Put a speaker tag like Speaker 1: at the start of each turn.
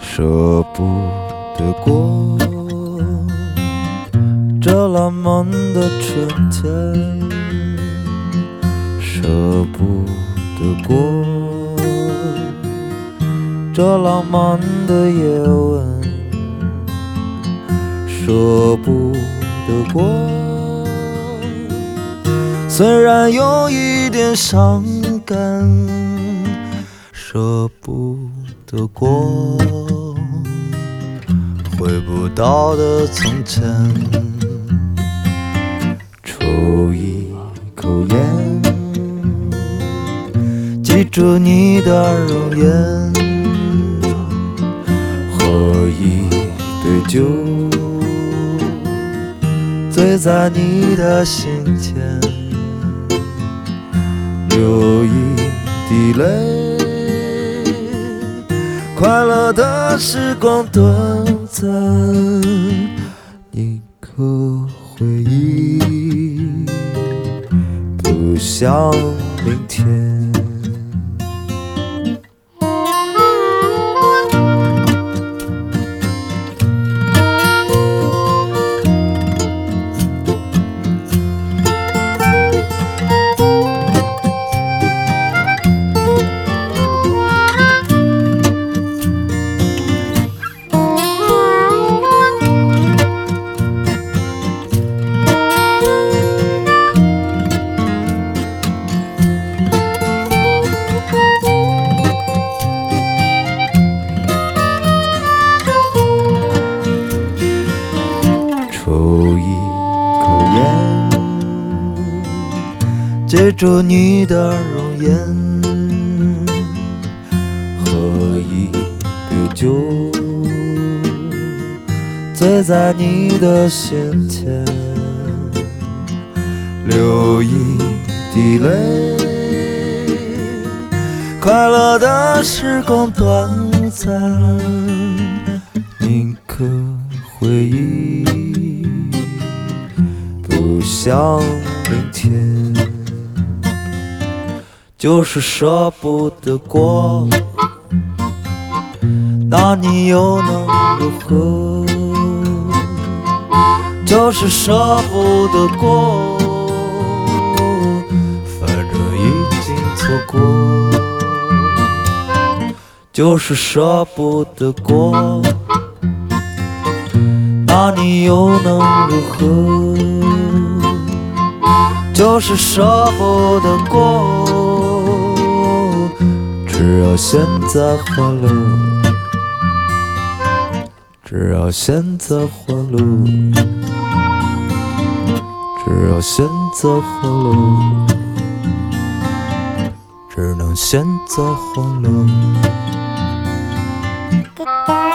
Speaker 1: 舍不得过这浪漫的春天，舍不得过这浪漫的夜晚，舍不得过虽然有一点伤感，舍不得过回不到的从前。抽一口烟，记住你的容颜，喝一杯酒，醉在你的心间，流一滴泪，快乐的时光短暂，一颗回忆不想明天。抽一口烟，记住你的容颜，喝一杯酒，醉在你的心间，流一滴泪，快乐的时光短暂，一颗回忆不想明天，就是舍不得过，那你又能如何？就是舍不得过，反正已经错过，就是舍不得过，那你又能如何？就是舍不得过，只要现在欢乐，只要现在欢乐，只要现在欢乐，只能现在欢乐。